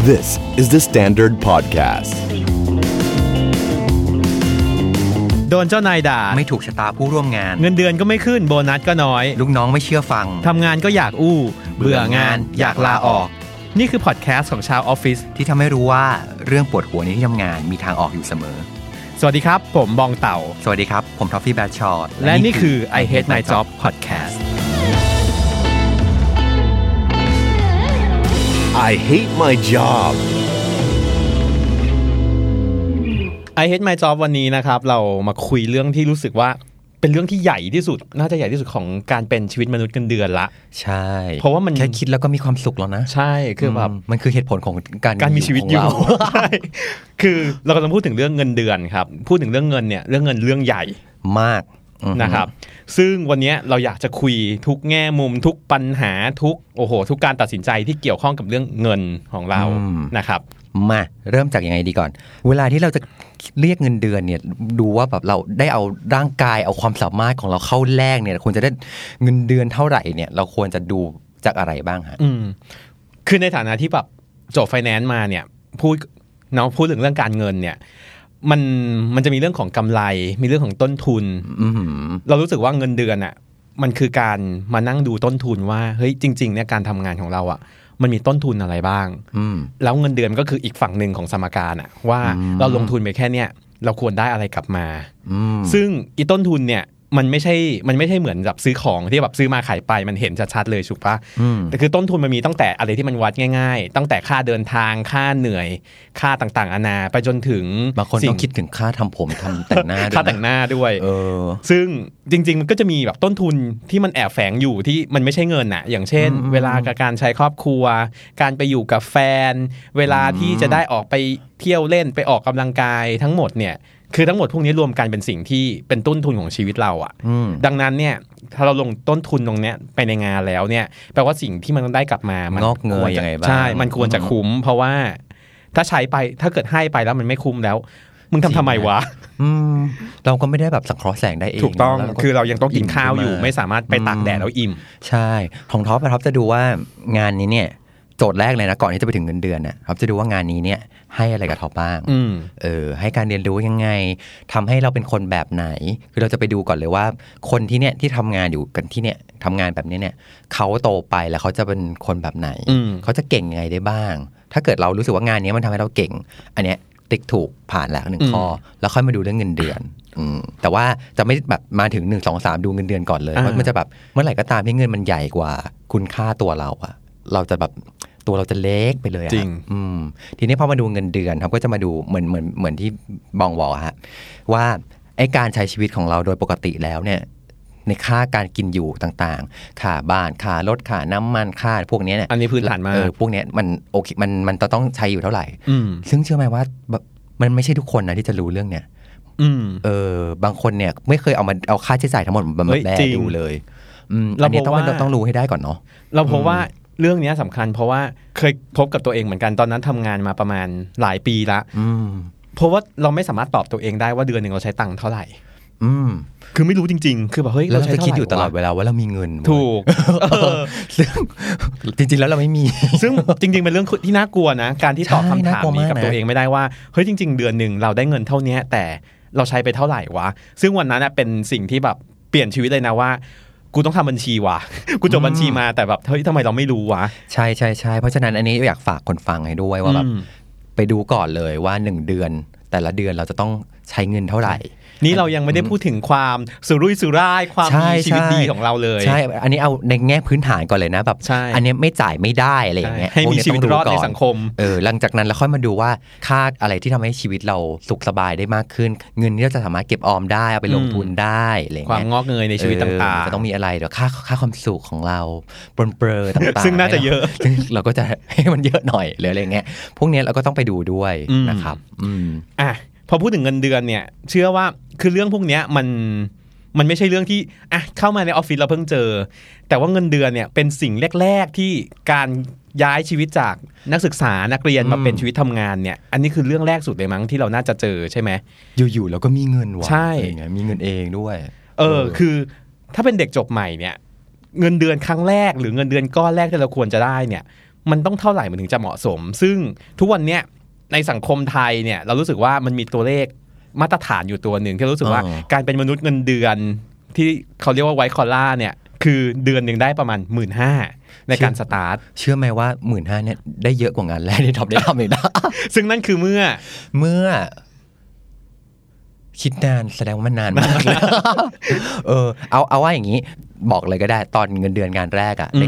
This is the Standard Podcast. โดนเจ้านายด่าไม่ถูกชะตาผู้ร่วมงานเงินเดือนก็ไม่ขึ้นโบนัสก็น้อยลูกน้องไม่เชื่อฟังทำงานก็อยากอู้เบื่องานอยากลาออกนี่คือพอดแคสต์ของชาวออฟฟิศที่ทำให้รู้ว่าเรื่องปวดหัวในที่ทำงานมีทางออกอยู่เสมอสวัสดีครับผมบองเต่าสวัสดีครับผมทอฟฟี่แบทชอตและนี่คือ I Hate My Job Podcast I hate my job I Hate My Job วันนี้นะครับเรามาคุยเรื่องที่รู้สึกว่าเป็นเรื่องที่ใหญ่ที่สุดน่าจะใหญ่ที่สุดของการเป็นชีวิตมนุษย์เงินเดือนละใช่เพราะว่ามันแค่คิดแล้วก็มีความสุขแล้วนะใช่คือแบบมันคือเหตุผลของการมีชีวิตอยู่ใช่คือเรากำลังพูดถึงเรื่องเงินเดือนครับพูดถึงเรื่องเงินเนี่ยเรื่องเงินเรื่องใหญ่มากนะครับซึ่งวันนี้เราอยากจะคุยทุกแง่มุมทุกปัญหาทุกการตัดสินใจที่เกี่ยวข้องกับเรื่องเงินของเรานะครับมาเริ่มจากยังไงดีก่อนเวลาที่เราจะเรียกเงินเดือนเนี่ยดูว่าแบบเราได้เอาร่างกายเอาความสามารถของเราเข้าแลกเนี่ยควรจะได้เงินเดือนเท่าไหร่เนี่ยเราควรจะดูจากอะไรบ้างฮะคือในฐานะที่แบบจบไฟแนนซ์มาเนี่ยพูดถึงเรื่องการเงินเนี่ยมันจะมีเรื่องของกำไรมีเรื่องของต้นทุนเรารู้สึกว่าเงินเดือนอ่ะมันคือการมานั่งดูต้นทุนว่าเฮ้ยจริงๆเนี่ยการทำงานของเราอ่ะมันมีต้นทุนอะไรบ้างแล้วเงินเดือนก็คืออีกฝั่งหนึ่งของสมการอ่ะว่าเราลงทุนไปแค่เนี้ยเราควรได้อะไรกลับมาซึ่งอีต้นทุนเนี่ยมันไม่ใช่เหมือนแบบซื้อของที่แบบซื้อมาขายไปมันเห็นชัดๆเลยถูกปะแต่คือต้นทุนมันมีตั้งแต่อะไรที่มันวัดง่ายๆตั้งแต่ค่าเดินทางค่าเหนื่อยค่าต่างๆนานาไปจนถึงบางคนต้องคิดถึงค่าทำผมทำแต่งหน้าด้วยค่าแต่งหน้าด้วยซึ่งจริงๆมันก็จะมีแบบต้นทุนที่มันแอบแฝงอยู่ที่มันไม่ใช่เงินน่ะอย่างเช่นเวลาการใช้ครอบครัวการไปอยู่กับแฟนเวลาที่จะได้ออกไปเที่ยวเล่นไปออกกำลังกายทั้งหมดเนี่ยคือทั้งหมดพวกนี้รวมกันเป็นสิ่งที่เป็นต้นทุนของชีวิตเราอ่ะดังนั้นเนี่ยถ้าเราลงต้นทุนตรงเนี้ยไปในงานแล้วเนี่ยแปลว่าสิ่งที่มันได้กลับมามันงอกเงยยังไงบ้างใช่มันควรจะคุ้มเพราะว่าถ้าใช้ไปถ้าเกิดให้ไปแล้วมันไม่คุ้มแล้วมึงทำไมวะเราก็ไม่ได้แบบสังเคราะห์แสงได้เองถูกต้องคือเรายังต้องกินข้าวอยู่ไม่สามารถไปตากแดดแล้วอิ่มใช่ของท็อปจะดูว่างานนี้เนี่ยโจทย์แรกเลยนะก่อนที่จะไปถึงเงินเดือนน่ะท็อปจะดูว่างานนี้เนี่ยให้อะไรกับท็อปบ้างให้การเรียนรู้ยังไงทำให้เราเป็นคนแบบไหนคือเราจะไปดูก่อนเลยว่าคนที่เนี่ยที่ทำงานอยู่กันที่เนี่ยทำงานแบบนี้เนี่ยเขาโตไปแล้วเขาจะเป็นคนแบบไหนเขาจะเก่งยังไงได้บ้างถ้าเกิดเรารู้สึกว่างานนี้มันทำให้เราเก่งอันเนี้ยติ๊กถูกผ่านแล้ว1ข้อแล้วค่อยมาดูเรื่องเงินเดือนแต่ว่าจะไม่แบบมาถึง1 2 3ดูเงินเดือนก่อนเลยเพราะมันจะแบบเมื่อไหร่ก็ตามที่เงินมันใหญ่กว่าคุณค่าตัวเราอะเราจะแบบตัวเราจะเล็กไปเลยจริงทีนี้พอมาดูเงินเดือนครับก็จะมาดูเหมือนที่บองบอกฮะว่าไอ้การใช้ชีวิตของเราโดยปกติแล้วเนี่ยในค่าการกินอยู่ต่างๆค่าบ้านค่ารถค่าน้ำมันค่าพวกนี้เนี่ยอันนี้พื้นฐานมากพวกนี้มันโอเคมันต้องใช้อยู่เท่าไหร่ซึ่งเชื่อไหมว่ามันไม่ใช่ทุกคนนะที่จะรู้เรื่องเนี่ยบางคนเนี่ยไม่เคยเอาค่าใช้จ่ายทั้งหมดมาแบดูเลยอันนี้ต้องรู้ให้ได้ก่อนเนาะเราพบว่าเรื่องนี้สำคัญเพราะว่าเคยพบกับตัวเองเหมือนกันตอนนั้นทำงานมาประมาณหลายปีละเพราะว่าเราไม่สามารถตอบตัวเองได้ว่าเดือนหนึ่งเราใช้ตังค์เท่าไหร่คือไม่รู้จริงๆคือแบบเฮ้ยเราจะคิดอยู่ตลอดเวลาว่าเรามีเงินถูกซึ่งจริงๆแล้วเราไม่มีซึ่งจริงๆเป็นเรื่องที่น่ากลัวนะการที่ตอบคำถามนี้กับตัวเองไม่ได้ว่าเฮ้ยจริงๆเดือนนึงเราได้เงินเท่านี้แต่เราใช้ไปเท่าไหร่วะซึ่งวันนั้นเป็นสิ่งที่แบบเปลี่ยนชีวิตเลยนะว่ากูต้องทำบัญชีว่ะกูจบบัญชีมาแต่แบบเฮ้ยทำไมเราไม่รู้วะใช่ใช่เพราะฉะนั้นอันนี้อยากฝากคนฟังให้ด้วยว่าแบบไปดูก่อนเลยว่า1เดือนแต่ละเดือนเราจะต้องใช้เงินเท่าไหร่นี่เรายังไม่ได้พูดถึงความสุรุ่ยสุร่ายความมีชีวิตดีของเราเลยใช่อันนี้เอาในแง่พื้นฐานก่อนเลยนะแบบอันนี้ไม่จ่ายไม่ได้อะไรอย่างเงี้ยให้มีชีวิตรอดในสังคมหลังจากนั้นเราค่อยมาดูว่าค่าอะไรที่ทำให้ชีวิตเราสุขสบายได้มากขึ้นเงินที่เราจะสามารถเก็บออมได้เอาไปลงทุนได้อะไรอย่างเงี้ยความงอกเงยในชีวิตต่างๆจะต้องมีอะไรเดี๋ยวค่าความสุขของเราปรนเปรอต่างๆซึ่งน่าจะเยอะเราก็จะให้มันเยอะหน่อยหรืออะไรเงี้ยพวกนี้เราก็ต้องไปดูด้วยนะครับพอพูดถึงเงินเดือนเนี่ยเชื่อว่าคือเรื่องพวกนี้มันไม่ใช่เรื่องที่เข้ามาในออฟฟิศเราเพิ่งเจอแต่ว่าเงินเดือนเนี่ยเป็นสิ่งแรกๆที่การย้ายชีวิตจากนักศึกษานักเรียนมาเป็นชีวิตทำงานเนี่ยอันนี้คือเรื่องแรกสุดเลยมั้งที่เราน่าจะเจอใช่ไหมอยู่ๆแล้วก็มีเงินว่ะใช่มีเงินเองด้วยคือถ้าเป็นเด็กจบใหม่เนี่ยเงินเดือนครั้งแรกหรือเงินเดือนก้อนแรกที่เราควรจะได้เนี่ยมันต้องเท่าไหร่มันถึงจะเหมาะสมซึ่งทุกวันเนี้ยในสังคมไทยเนี่ยเรารู้สึกว่ามันมีตัวเลขมาตรฐานอยู่ตัวหนึ่งที่รู้สึกว่าการเป็นมนุษย์เงินเดือนที่เขาเรียกว่าไวท์คอลล่าเนี่ยคือเดือนหนึ่งได้ประมาณ 15,000 ในการสตาร์ทเชื่อไหมว่า 15,000 เนี่ยได้เยอะกว่างานแรกที่ท็อปได้ทำอีกนะซึ่งนั่นคือเมื่อคิดนานแสดงว่ามันนานมากเอาว่าอย่างนี้บอกเลยก็ได้ตอนเงินเดือนงานแรกได้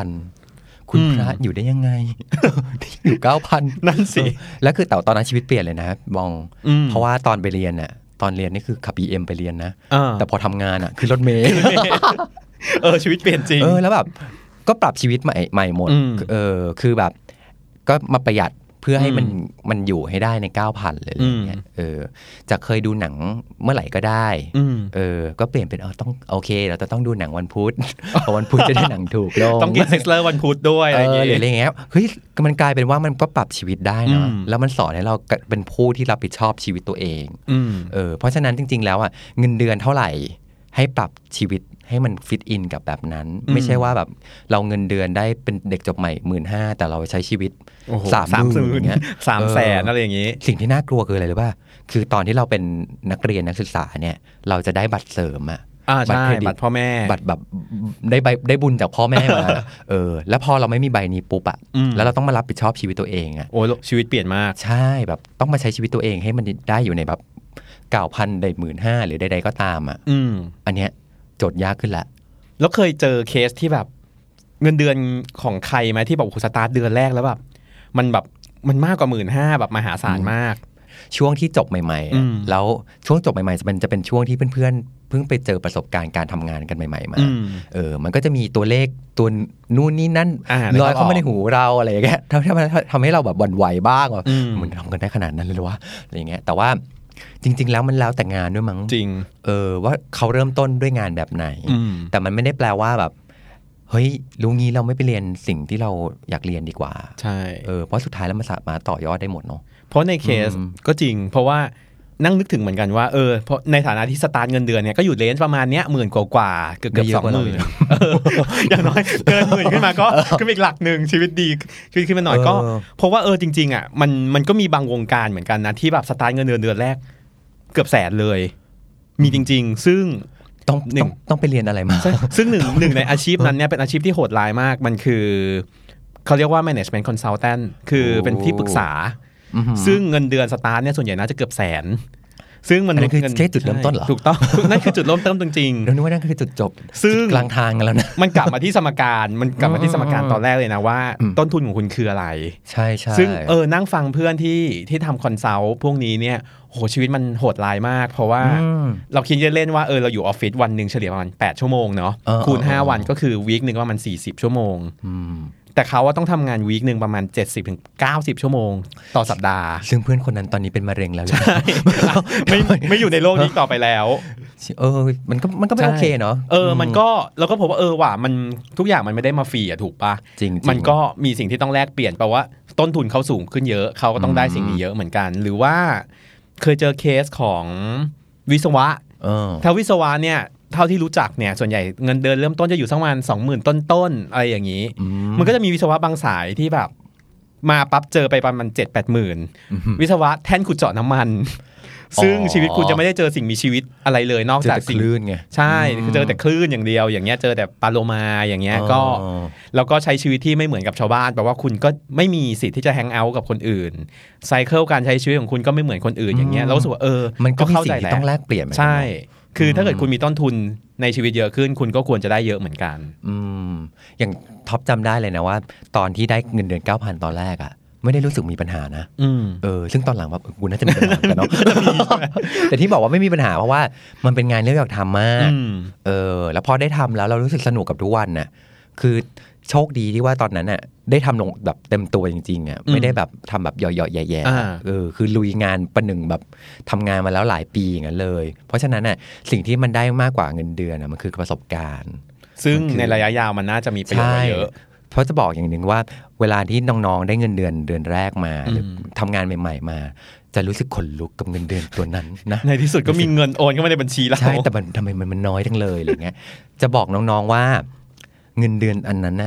9,000 คุณพระอยู่ได้ยังไง อยู่ 9,000 นั่นสิแล้วคือแต่ตอนนั้นชีวิตเปลี่ยนเลยนะบองเพราะว่าตอนไปเรียนน่ะตอนเรียนนี่คือขับ BM ไปเรียนนะแต่พอทำงานคือรถเมล์ชีวิตเปลี่ยนจริงแล้วแบบก็ปรับชีวิตใหม่หมดคือแบบก็มาประหยัดเพื่อให้มันอยู่ให้ได้ใน 9,000 เลยอะไรเงี้ยจะเคยดูหนังเมื่อไหร่ก็ได้ก็เปลี่ยนเป็นต้องโอเคเราจะต้องดูหนังวันพุธเพราะวันพุธจะได้หนังถูกลงต้องกินซิสเลอร์วันพุธด้วยอะไรเงี้ยอะไรเงี้ยเฮ้ยมันกลายเป็นว่ามันก็ปรับชีวิตได้เนาะแล้วมันสอนให้เราเป็นผู้ที่รับผิดชอบชีวิตตัวเองเพราะฉะนั้นจริงๆแล้วเงินเดือนเท่าไหร่ให้ปรับชีวิตให้มันฟิตอินกับแบบนั้นไม่ใช่ว่าแบบเราเงินเดือนได้เป็นเด็กจบใหม่ 15,000 แต่เราใช้ชีวิต 30,000 อย่างเงี้ย 300,000 อะไรอย่างงี้สิ่งที่น่ากลัวคืออะไรรู้ป่ะคือตอนที่เราเป็นนักเรียนนักศึกษาเนี่ยเราจะได้บัตรเสริมบัตรเครดิตบัตรพ่อแม่บัตรแบบได้บุญจากพ่อแม่มาแล้วพอเราไม่มีใบนี้ปุ๊บแล้วเราต้องมารับผิดชอบชีวิตตัวเองโอ้ชีวิตเปลี่ยนมากใช่แบบต้องมาใช้ชีวิตตัวเองให้มันได้อยู่ในแบบ 9,000 ได้ 15,000 หรือใดๆก็ตามอันเนี้ยโจทย์ยากขึ้นละแล้วเคยเจอเคสที่แบบเงินเดือนของใครไหมที่แบบสตาร์ทเดือนแรกแล้วแบบมันมากกว่า 15,000 แบบมหาศาลมากช่วงที่จบใหม่ๆแล้วช่วงจบใหม่ๆมันจะเป็นช่วงที่เพื่อนๆเพิ่งไปเจอประสบการณ์การทำงานกันใหม่ๆมามันก็จะมีตัวเลขตัวนู่นนี่นั่นลอยเข้ามาในหูเราอะไรอย่างเงี้ยทำให้เราแบบหวั่นไหวบ้างว่ามันทำกันได้ขนาดนั้นเลยหรอวะอะไรอย่างเงี้ยแต่ว่าจริงๆแล้วมันแล้วแต่งานด้วยมั้งจริงว่าเขาเริ่มต้นด้วยงานแบบไหนแต่มันไม่ได้แปลว่าแบบเฮ้ยรู้งี้เราไม่ไปเรียนสิ่งที่เราอยากเรียนดีกว่าใช่เพราะสุดท้ายแล้วมันสามารถต่อยอดได้หมดเนาะเพราะในเคสก็จริงเพราะว่านั่งนึกถึงเหมือนกันว่าเพราะในฐานะที่สตาร์ทเงินเดือนเนี่ยก็อยู่เลนส์ประมาณเนี้ย10,000 กว่าเกือบ 20,000 อย่างน้อยเกิน 10,000 ขึ้นมาก็ขึ้นอีกหลักนึงชีวิตดีชีวิตขึ้นมาหน่อยก็เพราะว่าจริงๆมันก็มีบางวงการเหมือนกันนะที่แบบสตาร์ทเงินเดือนแรกเกือบ100,000เลยมีจริงๆซึ่งต้องไปเรียนอะไรมาซึ่งหนึ่งในอาชีพนั้นเนี่ยเป็นอาชีพที่โหดร้ายมากมันคือเขาเรียกว่า management consultant คือเป็นที่ปรึกษาซึ่งเงินเดือนสตาร์ทเนี่ยส่วนใหญ่น่าจะเกือบ100,000ซึ่งมันคือแค่จุดเริ่มต้นเหรอถูกต้องนั่นคือจุดเริ่มต้นจริงๆแล้วนึกว่านั่นคือจุดจบซึ่งกลางทางกันแล้วนะมันกลับมาที่สมการตอนแรกเลยนะว่าต้นทุนของคุณคืออะไรใช่ๆซึ่งนั่งฟังเพื่อนที่ทำคอนซัลท์พวกนี้เนี่ยโหชีวิตมันโหดร้ายมากเพราะว่าเราคิดเล่นๆว่าเราอยู่ออฟฟิศวันนึงเฉลี่ยประมาณ8 ชั่วโมงเนาะคูณ5 วันก็คือวีคนึงก็ประมาณ40 ชั่วโมงแต่เขาว่าต้องทำงานวีคนึงประมาณ 70-90 ชั่วโมงต่อสัปดาห์ซึ่งเพื่อนคนนั้นตอนนี้เป็นมะเร็งแล้วไม่อยู่ในโลกนี้ต่อไปแล้วมันก็ไม่โอเคเนาะมันก็เราก็พบว่าว่ามันทุกอย่างมันไม่ได้มาฟรีถูกปะจริงมันก็มีสิ่งที่ต้องแลกเปลี่ยนแปลว่าต้นทุนเขาสูงขึ้นเยอะเขาก็ต้องได้สิ่งนี้เยอะเหมือนกันหรือว่าเคยเจอเคสของวิศวะถ้าวิศวะเนี่ยเท่าที่รู้จักเนี่ยส่วนใหญ่เงินเดือนเริ่มต้นจะอยู่สักประมาณ 20,000 ต้นๆอะไรอย่างนี้มันก็จะมีวิศวะบางสายที่แบบมาปั๊บเจอไปประมาณ 7-8 หมื่นวิศวะแท่นขุดเจาะน้ำมันซึ่งชีวิตคุณจะไม่ได้เจอสิ่งมีชีวิตอะไรเลยนอกจากสิ่งคลื่นไงใช่เจอแต่คลื่นอย่างเดียวอย่างเงี้ยเจอแต่ปลาโลมาอย่างเงี้ยก็แล้วก็ใช้ชีวิตที่ไม่เหมือนกับชาวบ้านแปลว่าคุณก็ไม่มีสิทธิ์ที่จะแฮงเอาท์กับคนอื่นไซเคิลการใช้ชีวิตของคุณก็ไม่เหมือนคนอื่นอย่างเงี้ยแล้วรู้สึกว่ามันก็เข้าใจแล้วต้องแลกเปลี่ยนใช่คือถ้าเกิดคุณมีต้นทุนในชีวิตเยอะขึ้นคุณก็ควรจะได้เยอะเหมือนกันอย่างท็อปจำได้เลยนะว่าตอนที่ได้เงินเดือน 9,000 ตอนแรกไม่ได้รู้สึกมีปัญหานะซึ่งตอนหลังแบบกูน่าจะมีปัญหากันเนาะแต่ที่บอกว่าไม่มีปัญหาเพราะว่ามันเป็นงานที่เราอยากทำมากแล้วพอได้ทำแล้วเรารู้สึกสนุกกับทุกวันน่ะคือโชคดีที่ว่าตอนนั้นน่ะได้ทำลงแบบเต็มตัวจริงๆไม่ได้แบบทำแบบเหยาะๆแย่ๆคือลุยงานประหนึ่งแบบทำงานมาแล้วหลายปีอย่างนั้นเลยเพราะฉะนั้นน่ะสิ่งที่มันได้มากกว่าเงินเดือนมันคือประสบการณ์ซึ่งในระยะยาวมันน่าจะมีประโยชน์เยอะเพราะจะบอกอย่างหนึ่งว่าเวลาที่น้องๆได้เงินเดือนแรกมาหรือทำงานใหม่ๆมาจะรู้สึกขนลุกกับเงินเดือนตัวนั้นนะในที่สุดก็มีเงินโอนเข้ามาในบัญชีแล้วใช่แต่ทำไมมันน้อยจังเลยอะไรเงี้ยจะบอกน้องๆว่าเงินเดือนอันนั้นน่ะ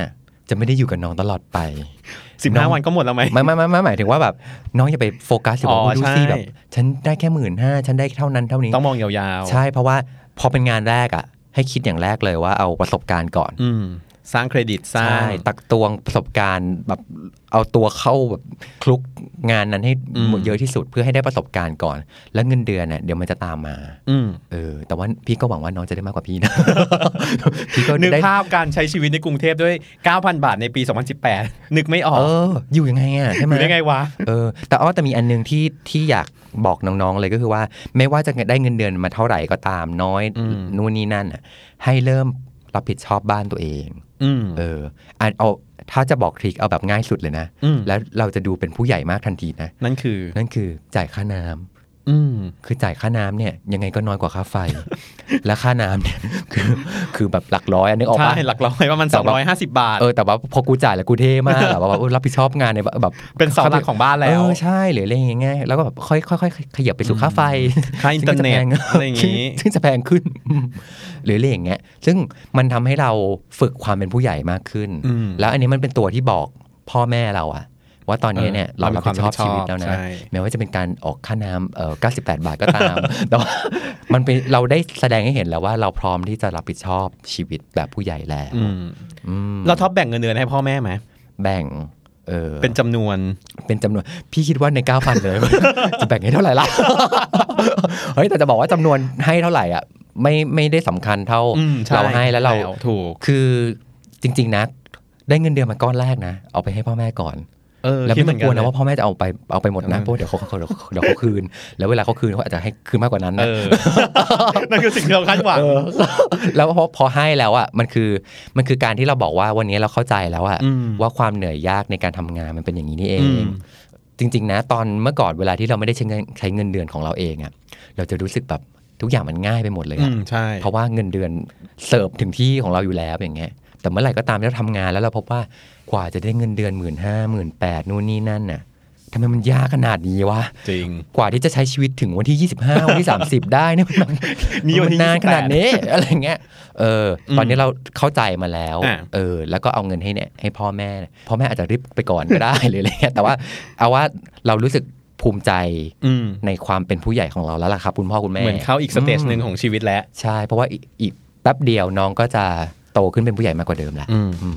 จะไม่ได้อยู่กับน้องตลอดไป 15 วันก็หมดแล้วไหมไม่หมายถึงว่าแบบน้องอย่าไปโฟกัสอยู่ว่าดูสิแบบฉันได้แค่ 15,000 ฉันได้เท่านั้นเท่านี้ต้องมองยาวๆใช่เพราะว่าพอเป็นงานแรกอ่ะให้คิดอย่างแรกเลยว่าเอาประสบการณ์ก่อนสร้างเครดิตสร้างตักตวงประสบการณ์แบบเอาตัวเข้าแบบคลุกงานนั้นให้เยอะที่สุดเพื่อให้ได้ประสบการณ์ก่อนแล้วเงินเดือนเนี่ยเดี๋ยวมันจะตามมาแต่ว่าพี่ก็หวังว่าน้องจะได้มากกว่าพี่นะพี่ก็นึกภาพการใช้ชีวิตในกรุงเทพด้วย 9,000 บาทในปี 2018นึกไม่ออกอยู่ยังไงอ่ะใช่ไหมอยู่ได้ไงวะแต่มีอันนึงที่อยากบอกน้องๆเลยก็คือว่าไม่ว่าจะได้เงินเดือนมาเท่าไหร่ก็ตามน้อยนู่นนี่นั่นอ่ะให้เริ่มรับผิดชอบบ้านตัวเองเอาถ้าจะบอกทริคเอาแบบง่ายสุดเลยนะแล้วเราจะดูเป็นผู้ใหญ่มากทันทีนะนั่นคือจ่ายค่าน้ำคือจ่ายค่าน้ำเนี่ยยังไงก็น้อยกว่าค่าไฟ และค่าน้ำเนี่ยคือแบบหลักร้อยนึกออกป่ะใช่หลักร้อยว่ามัน250 บาทแต่ว่าพอกูจ่ายแล้วกูเท่มากแบบว่ารับผิดชอบงานในแบบเป็นเสาหลักของบ้านแล้วใช่หรืออะไรอย่างเงี้ยแล้วก็แบบค่อยๆขยับไปสู่ค่าไฟค่าอินเทอร์เน็ตอะไรอย่างงี้ซึ่งจะแพงขึ้นหรืออะไรอย่างเงี้ยซึ่งมันทำให้เราฝึกความเป็นผู้ใหญ่มากขึ้นแล้วอันนี้มันเป็นตัวที่บอกพ่อแม่เราอะว่าตอนนี้เนี่ยเรารับผิดชอบชีวิตแล้วนะแม้ว่าจะเป็นการออกค่าน้ำ98 บาทก็ตามแต่ว่ามันเป็นเราได้แสดงให้เห็นแล้วว่าเราพร้อมที่จะรับผิดชอบชีวิตแบบผู้ใหญ่แล้วเราท็อปแบ่งเงินเดือนให้พ่อแม่ไหมแบ่งเป็นจำนวนพี่คิดว่าใน 9,000 เลย จะแบ่งให้เท่าไหร่ล่ะ เฮ้ยแต่จะบอกว่าจำนวนให้เท่าไหร่อ่ะไม่ได้สำคัญเท่าเราให้แล้วเราถูกคือจริงๆนะได้เงินเดือนมาก้อนแรกนะเอาไปให้พ่อแม่ก่อนแล้วไม่ต้องกลัวนะว่าพ่อแม่จะเอาไปหมดนะเพราะเดี๋ยวเขาคืนแล้วเวลาเขาคืนเขาอาจจะให้คืนมากกว่านั้นนะนั่นคือสิ่งที่เราคาดหวังแล้วพอให้แล้วอ่ะมันคือการที่เราบอกว่าวันนี้เราเข้าใจแล้วอ่ะว่าความเหนื่อยยากในการทำงานมันเป็นอย่างนี้นี่เองจริงๆนะตอนเมื่อก่อนเวลาที่เราไม่ได้ใช้เงินเดือนของเราเองอ่ะเราจะรู้สึกแบบทุกอย่างมันง่ายไปหมดเลยใช่เพราะว่าเงินเดือนเสิร์ฟถึงที่ของเราอยู่แล้วอย่างเงี้ยแต่เมื่อไหร่ก็ตามที่เราทำงานแล้วเราพบว่ากว่าจะได้เงินเดือน 15,000 18,000 นู่นนี่นั่นน่ะทำไมมันยากขนาดนี้วะจริงกว่าที่จะใช้ชีวิตถึงวันที่25วันที่30ได้เนี่ยมันนานขนาดนี้อะไรเงี้ยตอนนี้เราเข้าใจมาแล้วแล้วก็เอาเงินให้พ่อแม่อาจจะริบไปก่อนก็ได้หรืออะไรเงี้ยแต่ว่าเอาว่าเรารู้สึกภูมิใจในความเป็นผู้ใหญ่ของเราแล้วล่ะครับคุณพ่อคุณแม่เหมือนเข้าอีกสเตจนึงของชีวิตแล้วใช่เพราะว่าอีกแป๊บเดียวน้องก็จะโตขึ้นเป็นผู้ใหญ่มากกว่าเดิมแล้ว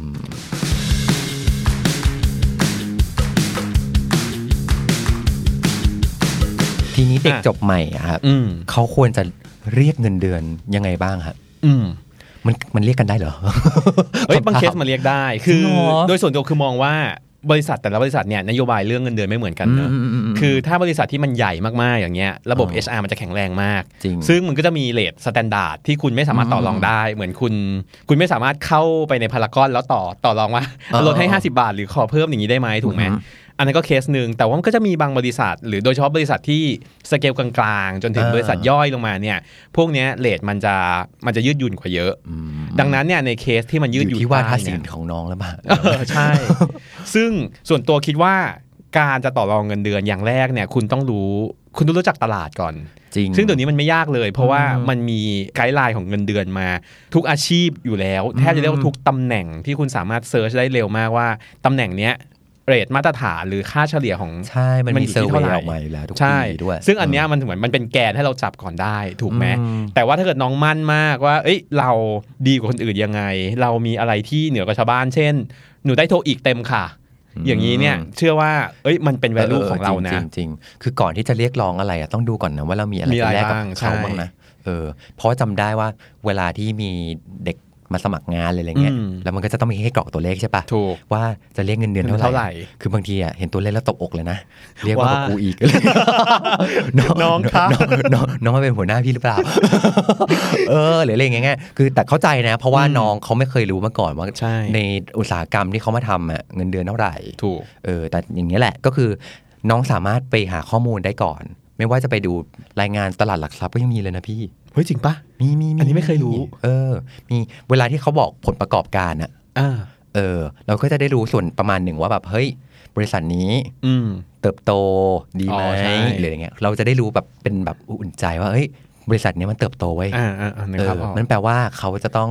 ทีนี้เด็กจบใหม่ครับเขาควรจะเรียกเงินเดือนยังไงบ้างครับมันเรียกกันได้เหรอบางเคสมันเรียกได้คือโดยส่วนตัวคือมองว่าบริษัทแต่ละบริษัทเนี่ยนโยบายเรื่องเงินเดือนไม่เหมือนกันเนอะคือถ้าบริษัทที่มันใหญ่มากๆอย่างเงี้ยระบบ HR มันจะแข็งแรงมากซึ่งมันก็จะมีเรทสแตนดาร์ดที่คุณไม่สามารถต่อรองได้เหมือนคุณไม่สามารถเข้าไปในพารากอนแล้วต่อรองว่าลดให้50 บาทหรือขอเพิ่มอย่างนี้ได้ไหมถูกไหมอันนั้นก็เคสนึงแต่ว่ามันก็จะมีบางบริษัทหรือโดยเฉพาะบริษัทที่สเกลกลางๆจนถึงบริษัทย่อยลงมาเนี่ยพวกเนี้ยเรทมันจะยืดหยุ่นกว่าเยอะดังนั้นเนี่ยในเคสที่มันยืดหยุ่นที่ว่าภาษีของน้องแล้วป่ะใช่ซึ่งส่วนตัวคิดว่าการจะต่อรองเงินเดือนอย่างแรกเนี่ยคุณต้องรู้จักตลาดก่อนซึ่งตัวนี้มันไม่ยากเลยเพราะว่ามันมีไกด์ไลน์ของเงินเดือนมาทุกอาชีพอยู่แล้วแทบจะเรียกว่าทุกตำแหน่งที่คุณสามารถเซิร์ชได้เร็วมากว่าตำแหน่งเนี้ยเรทมาตรฐานหรือค่าเฉลี่ยของใช่มันมีเซอร์เวย์ออกมาอยู่แล้วทุกปีด้วยซึ่งอันเนี้ยมันเหมือนมันเป็นแกนให้เราจับก่อนได้ถูกไหมแต่ว่าถ้าเกิดน้องมั่นมากว่าเราดีกว่าคนอื่นยังไงเรามีอะไรที่เหนือกว่าชาวบ้านเช่นหนูได้โทอีกเต็มค่ะอย่างนี้เนี่ยเชื่อว่ามันเป็น value ของเรานะจริงๆคือก่อนที่จะเรียกร้องอะไรต้องดูก่อนนะว่าเรามีอะไรแลกกับเขาบ้างนะเพราะจำได้ว่าเวลาที่มีเด็กมาสมัครงานอะไรเงี้ยแล้วมันก็จะต้องมีให้กรอกตัวเลขใช่ปะว่าจะเรียกเงินเดือนเท่าไหร่คือบางทีเห็นตัวเลขแล้วตบอกเลยนะเรียกว่ากูอีกน้องครับน้องมาเป็นหัวหน้าพี่หรือเปล่าหรืออะไรเงี้ยคือแต่เข้าใจนะเพราะว่าน้องเขาไม่เคยรู้มาก่อนว่าในอุตสาหกรรมที่เขามาทำเงินเดือนเท่าไหร่ถูกแต่อย่างนี้แหละก็คือน้องสามารถไปหาข้อมูลได้ก่อนไม่ว่าจะไปดูรายงานตลาดหลักทรัพย์ก็ยังมีเลยนะพี่เฮ้ยจริงปะมีอันนี้ไม่เคยรู้มีเวลาที่เขาบอกผลประกอบการเราก็จะได้รู้ส่วนประมาณหนึ่งว่าแบบเฮ้ยบริษัทนี้เติบโตดีไหมหรืออย่างเงี้ยเราจะได้รู้แบบเป็นแบบอุ่นใจว่าเฮ้ยบริษัทนี้มันเติบโตไว้มันแปลว่าเขาจะต้อง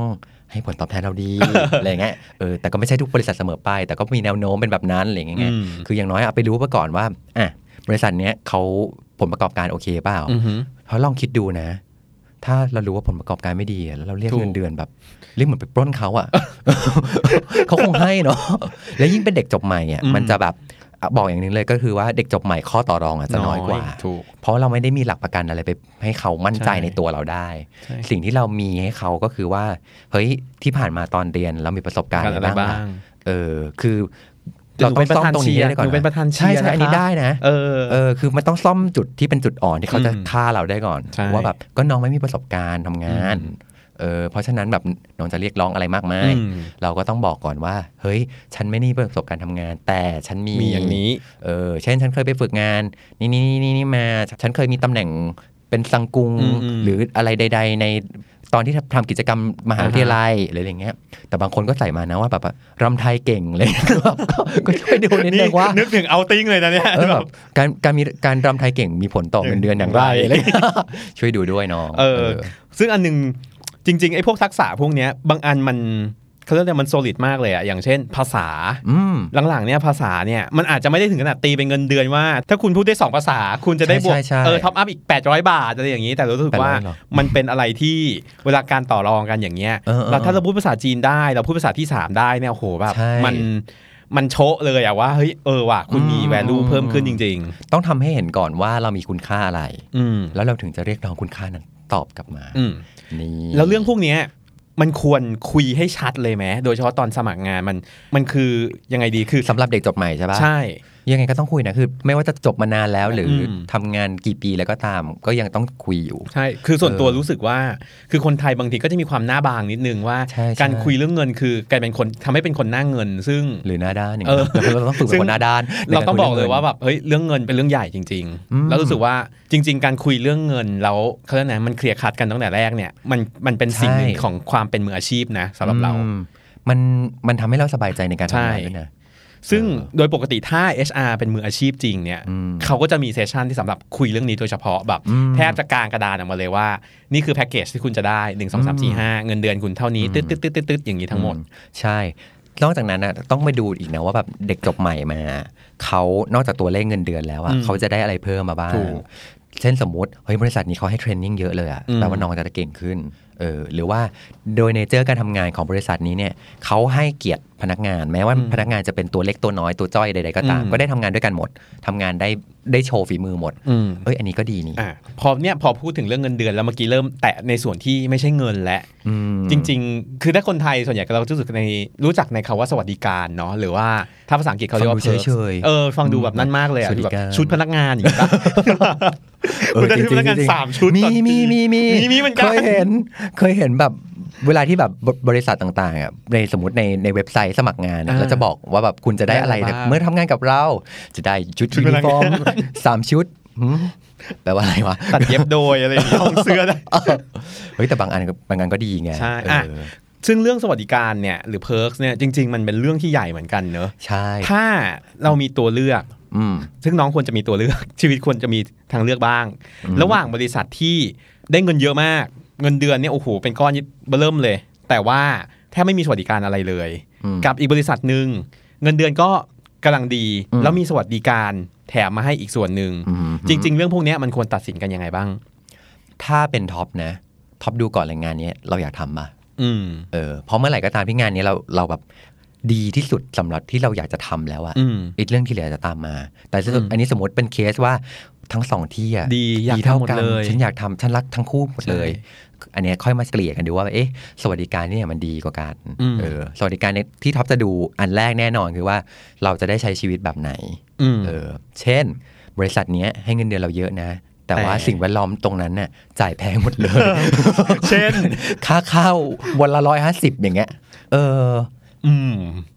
ให้ผลตอบแทนเราดี อะไรเงี้ยแต่ก็ไม่ใช่ทุกบริษัทเสมอไปแต่ก็มีแนวโน้มเป็นแบบนั้นอะไรเงี้ยคืออย่างน้อยเอาไปรู้ไปก่อนว่าบริษัทเนี้ยเขาผลประกอบการโอเคเปล่าเพราะลองคิดดูนะถ้าเรารู้ว่าผลประกอบการไม่ดีแล้วเราเรียกเงินเดือนแบบเรียกเหมือนไปปล้นเขาอ่ะ เขาคงให้เนาะแล้วยิ่งเป็นเด็กจบใหม่อ่ะมันจะแบบบอกอย่างนึงเลยก็คือว่าเด็กจบใหม่ข้อต่อรองจะน้อยกว่าเพราะเราไม่ได้มีหลักประกันอะไรไปให้เขามั่นใจในตัวเราได้สิ่งที่เรามีให้เขาก็คือว่าเฮ้ยที่ผ่านมาตอนเรียนเรามีประสบการณ์อะไรบ้างคือเราต้องซ่อมตรงนี้ได้ก่อนเป็นประธานใช่อันนี้ได้นะคือมันต้องซ่อมจุดที่เป็นจุดอ่อนที่เขาจะฆ่าเราได้ก่อนว่าแบบก็น้องไม่มีประสบการณ์ทำงานเพราะฉะนั้นแบบน้องจะเรียกร้องอะไรมากมายเราก็ต้องบอกก่อนว่าเฮ้ยฉันไม่มีประสบการณ์ทำงานแต่ฉันมีอย่างนี้เช่นฉันเคยไปฝึกงานนี่มาฉันเคยมีตำแหน่งเป็นซังกุงหรืออะไรใดๆในตอนที่ทำกิจกรรมมหาวิทยาลัยอะไรอย่างเงี้ยแต่บางคนก็ใส่มานะว่าแบบรำไทยเก่งเลยก็ช่วยดูนิดนึงว่านึกถึงเอาติ้งเลยนะเนี่ยแบบการมีการรำไทยเก่งมีผลต่อเงินเดือนอย่างไรช่วยดูด้วยน้องซึ่งอันนึงจริงๆไอ้พวกทักษะพวกเนี้ยบางอันมันเขาเรียกว่ามันโซลิดมากเลยอะอย่างเช่นภาษาหลังๆเนี่ยภาษาเนี่ยมันอาจจะไม่ได้ถึงขนาดตีเป็นเงินเดือนว่าถ้าคุณพูดได้2ภาษาคุณจะได้บวกท็อปอัพอีก800 บาทอะไรอย่างนี้แต่รู้สึกว่ามันเป็นอะไรที่เวลาการต่อรองกันอย่างเงี้ยเราถ้าเราพูดภาษาจีนได้เราพูดภาษาที่3ได้เนี่ยโอ้โหแบบมันโชะเลยอะว่าเฮ้ยว่ะคุณมี value เพิ่มขึ้นจริงๆต้องทำให้เห็นก่อนว่าเรามีคุณค่าอะไรแล้วเราถึงจะเรียกร้องคุณค่านั้นตอบกลับมาแล้วเรื่องพวกนี้มันควรคุยให้ชัดเลยไหมโดยเฉพาะตอนสมัครงานมันคือยังไงดีคือสำหรับเด็กจบใหม่ใช่ปะใช่ยังไงก็ต้องคุยนะคือไม่ว่าจะจบมานานแล้วหรือทำงานกี่ปีแล้วก็ตามก็ยังต้องคุยอยู่ใช่คือส่วนตัวรู้สึกว่าคือคนไทยบางทีก็จะมีความหน้าบางนิดนึงว่าการคุยเรื่องเงินคือกลายเป็นคนทำให้เป็นคนหน้าเงินซึ่งหรือหน้าด้านอย่างเราต้องฝึกเป็นคนหน้าด้านเราต้องบอกเลยว่าแบบเฮ้ยเรื่องเงินเป็นเรื่องใหญ่จริงๆแล้วรู้สึกว่าจริงๆการคุยเรื่องเงินแล้วเขาเรียกนะมันเคลียร์คัดกันตั้งแต่แรกเนี่ยมันเป็นสิ่งหนึ่งของความเป็นมืออาชีพนะสำหรับเรามันทำให้เราสบายใจในการทำงานด้วยนะซึ่งโดยปกติถ้า HR เป็นมืออาชีพจริงเนี่ยเขาก็จะมีเซสชันที่สำหรับคุยเรื่องนี้โดยเฉพาะแบบแทบจะกางกระดานออกมาเลยว่านี่คือแพ็กเกจที่คุณจะได้1 2 3 4 5เงินเดือนคุณเท่านี้ตึ๊ดๆๆๆอย่างนี้ทั้งหมดใช่นอกจากนั้นนะต้องไปดูอีกนะว่าแบบเด็กจบใหม่มาเขานอกจากตัวเลขเงินเดือนแล้วเขาจะได้อะไรเพิ่มมาบ้างเช่นสมมุติเฮ้ยบริษัทนี้เขาให้เทรนนิ่งเยอะเลยอะแปลว่าน้องจะเก่งขึ้นหรือว่าโดยเนเจอร์การทำงานของบริษัทนี้เนี่ยเขาให้เกียรติพนักงานแม้ว่าพนักงานจะเป็นตัวเล็กตัวน้อยตัวจ้อยใดๆก็ตามก็ได้ทำงานด้วยกันหมดทำงานได้โชว์ฝีมือหมดอันนี้ก็ดีนี่พอพูดถึงเรื่องเงินเดือนแล้วเมื่อกี้เริ่มแตะในส่วนที่ไม่ใช่เงินและจริงๆคือถ้าคนไทยส่วนใหญ่เรารู้จักในคำว่าสวัสดิการเนาะหรือว่าถ้าภาษาอังกฤษเขาเรียกว่า perks ฟังดูแบบนั่นมากเลยแบบชุดพนักงานอย่างนี้คุณจะพนักงาน3ชุดมีเหมือนกันเคยเห็นแบบเวลาที่แบบบริษัทต่างๆอ่ะในสมมติในเว็บไซต์สมัครงานเราจะบอกว่าแบบคุณจะได้อะไรเมื่อทำงานกับเราจะได้ชุดยูนิฟอร์ม3 ชุดแปลว่าอะไรวะตัดเย็บโดยอะไรอย่างเงี้ยของเสื้อได้เฮ้ยแต่บางอันก็ดีไงใช่ซึ่งเรื่องสวัสดิการเนี่ยหรือ perks เนี่ยจริงๆมันเป็นเรื่องที่ใหญ่เหมือนกันเนอะใช่ถ้าเรามีตัวเลือกซึ่งน้องควรจะมีตัวเลือกชีวิตควรจะมีทางเลือกบ้างระหว่างบริษัทที่ได้เงินเยอะมากเงินเดือนเนี่ยโอ้โหเป็นก้อนเบ้อเริ่มเลยแต่ว่าแทบไม่มีสวัสดิการอะไรเลยกับอีกบริษัทนึงเงินเดือนก็กำลังดีแล้วมีสวัสดิการแถมมาให้อีกส่วนนึงจริงๆเรื่องพวกนี้มันควรตัดสินกันยังไงบ้างถ้าเป็นท็อปนะท็อปดูก่อนเลยงานนี้เราอยากทำป่ะเพราะเมื่อไหร่ก็ตามที่งานนี้เราแบบดีที่สุดสำหรับที่เราอยากจะทำแล้วอะอีกเรื่องที่เหลือจะตามมาแต่อันนี้สมมติเป็นเคสว่าทั้ง2ที่อะดีเท่ากันฉันอยากทำฉันรักทั้งคู่หมดเลยอันนี้ค่อยมาเกลี่ยกันดูว่าสวัสดิการนี่มันดีกว่ากันสวัสดิการที่ท็อปจะดูอันแรกแน่นอนคือว่าเราจะได้ใช้ชีวิตแบบไหนเช่นบริษัทนี้ให้เงินเดือนเราเยอะนะแต่ว่าสิ่งแวดล้อมตรงนั้นน่ะจ่ายแพงหมดเลยเช่นค่าข้าววันละ150อย่างเงี้ย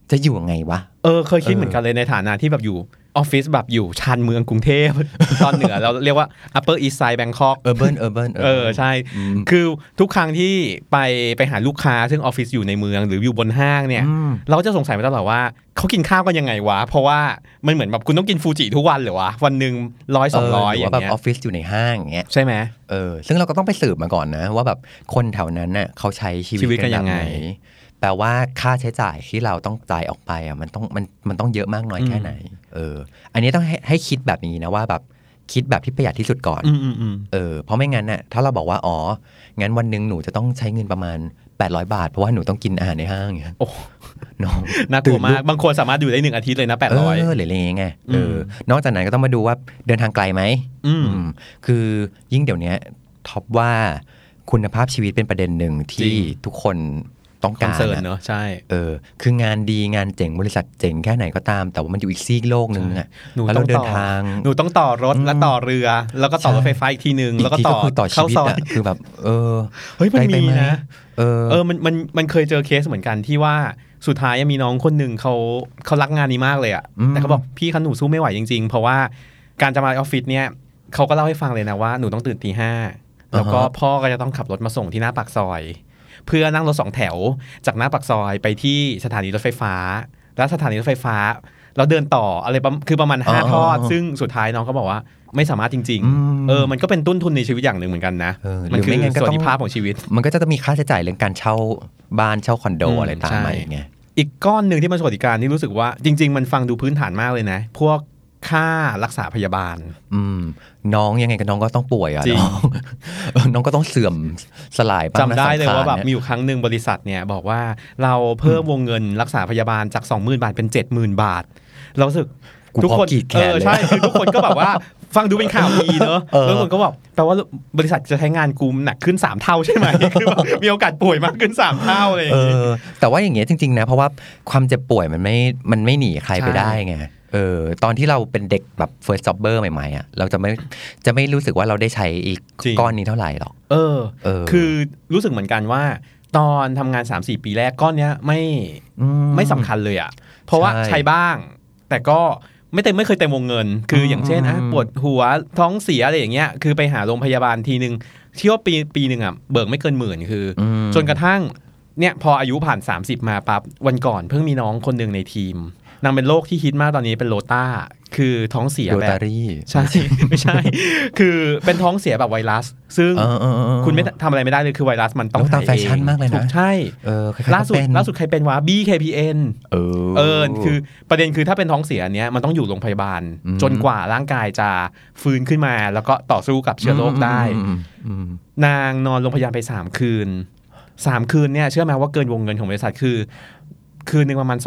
จะอยู่ยังไงวะเคยคิดเหมือนกันเลยในฐานะที่แบบอยู่ออฟฟิศแบบอยู่ชานเมืองกรุงเทพ ตอนเหนือเราเรียกว่า Upper East Side Bangkok urban ใช่คือทุกครั้งที่ไปหาลูกค้าซึ่งออฟฟิศอยู่ในเมืองหรืออยู่บนห้างเนี่ยเราจะสงสัยมาตลอดว่าเขากินข้าวกันยังไงวะเพราะว่ามันเหมือนแบบคุณต้องกินฟูจิทุกวันเหรอวะวันนึง100-200อย่างเงี้ยแบบออฟฟิศอยู่ในห้างอย่างเงี้ยใช่ไหมซึ่งเราก็ต้องไปสืบมาก่อนนะว่าแบบคนแถวนั้นน่ะเขาใช้ชีวิตกันยังไงแปลว่าค่าใช้จ่ายที่เราต้องจ่ายออกไปอ่ะมันต้องเยอะมากน้อยแค่ไหนอันนี้ต้องให้คิดแบบนี้นะว่าแบบคิดแบบที่ประหยัดที่สุดก่อนเพราะไม่งั้นน่ะถ้าเราบอกว่างั้นวันนึงหนูจะต้องใช้เงินประมาณ800 บาทเพราะว่าหนูต้องกินอาหารในห้างอย่างเงี้ยน้องน่ากลัวมากบางคนสามารถอยู่ได้1อาทิตย์เลยนะ800 หรืออะไรอย่างเงี้ยนอกจากนั้นก็ต้องมาดูว่าเดินทางไกลไหมคือยิ่งเดี๋ยวนี้ท็อปว่าคุณภาพชีวิตเป็นประเด็นหนึ่งที่ทุกคนต้องการเนอะใช่คืองานดีงานเจ๋งบริษัทเจ๋งแค่ไหนก็ตามแต่ว่ามันอยู่อีกซีกโลกนึงอ่ะแล้วเราเดินทางหนูต้องต่อรถแล้วต่อเรือแล้วก็ต่อรถไฟฟ้าอีกทีนึงแล้วก็ต่อชีวิตอ่ะคือแบบเฮ้ยมันมีนะมันเคยเจอเคสเหมือนกันที่ว่าสุดท้ายมีน้องคนหนึ่งเขารักงานนี้มากเลยอ่ะแต่เขาบอกพี่คะหนูสู้ไม่ไหวจริงๆเพราะว่าการจะมาออฟฟิศเนี่ยเขาก็เล่าให้ฟังเลยนะว่าหนูต้องตื่นตี 5แล้วก็พ่อก็จะต้องขับรถมาส่งที่หน้าปากซอยเพื่อนั่งรถ2แถวจากหน้าปากซอยไปที่สถานีรถไฟฟ้าแล้วสถานีรถไฟฟ้าแล้วเดินต่ออะไรคือประมาณ5ทอดซึ่งสุดท้ายน้องก็บอกว่าไม่สามารถจริงๆมันก็เป็นต้นทุนในชีวิตอย่างหนึ่งเหมือนกันนะมันคือสวัสดิภาพของชีวิตมันก็จะมีค่าใช้จ่ายเรื่องการเช่าบ้านเช่าคอนโดอะไรตามมาอย่างเงี้ยอีกก้อนนึงที่มันสวัสดิการที่รู้สึกว่าจริงๆมันฟังดูพื้นฐานมากเลยนะพวกค่ารักษาพยาบาลน้องยังไงก็น้องก็ต้องป่วยอ่ะน้องก็ต้องเสื่อมสลายจำได้เลยว่าแบบมีอยู่ครั้งหนึ่งบริษัทเนี่ยบอกว่าเราเพิ่มวงเงินรักษาพยาบาลจาก 20,000 บาทเป็น 70,000 บาทเรารู้สึกทุกคนใช่คือทุกคนก็แบบว่าฟังดูเป็นข่าวดีเนอะแล้วคนก็บอกแปลว่าบริษัทจะใช้งานกูหนักขึ้น3เท่าใช่ไหมคือแบบมีโอกาสป่วยมากขึ้น3เท่าเลยแต่ว่าอย่างเงี้ยจริงๆนะเพราะว่าความเจ็บป่วยมันไม่หนีใครไปได้ไงตอนที่เราเป็นเด็กแบบ first jobber ใหม่ๆอ่ะเราจะไม่รู้สึกว่าเราได้ใช้อีกก้อนนี้เท่าไหร่หรอกคือรู้สึกเหมือนกันว่าตอนทำงาน 3-4 ปีแรกก้อนเนี้ยไม่สำคัญเลยอ่ะเพราะว่าใช้บ้างแต่ก็ไม่เคยเต็มวงเงินคืออย่างเช่นปวดหัวท้องเสียอะไรอย่างเงี้ยคือไปหาโรงพยาบาลทีนึงเที่ยวปีนึงอ่ะเบิกไม่เกิน10,000คือจนกระทั่งเนี่ยพออายุผ่าน30มาปั๊บวันก่อนเพิ่งมีน้องคนนึงในทีมนางเป็นโรคที่ฮิตมากตอนนี้เป็นโรต้าคือท้องเสียแบบใช่ไม่ใช่คือเป็นท้องเสียแบบไวรัสซึ่งคุณไม่ทำอะไรไม่ได้เลยคือไวรัสมันต้องตามแฟชั่นมากเลยนะใช่ล่าสุดใครเป็นวะ BKPN คือประเด็นคือถ้าเป็นท้องเสียเนี้ยมันต้องอยู่โรงพยาบาลจนกว่าร่างกายจะฟื้นขึ้นมาแล้วก็ต่อสู้กับเชื้อโรคได้นางนอนโรงพยาบาลไป3คืนเนี่ยเชื่อไหมว่าเกินวงเงินของบริษัทคือคืนนึงประมาณ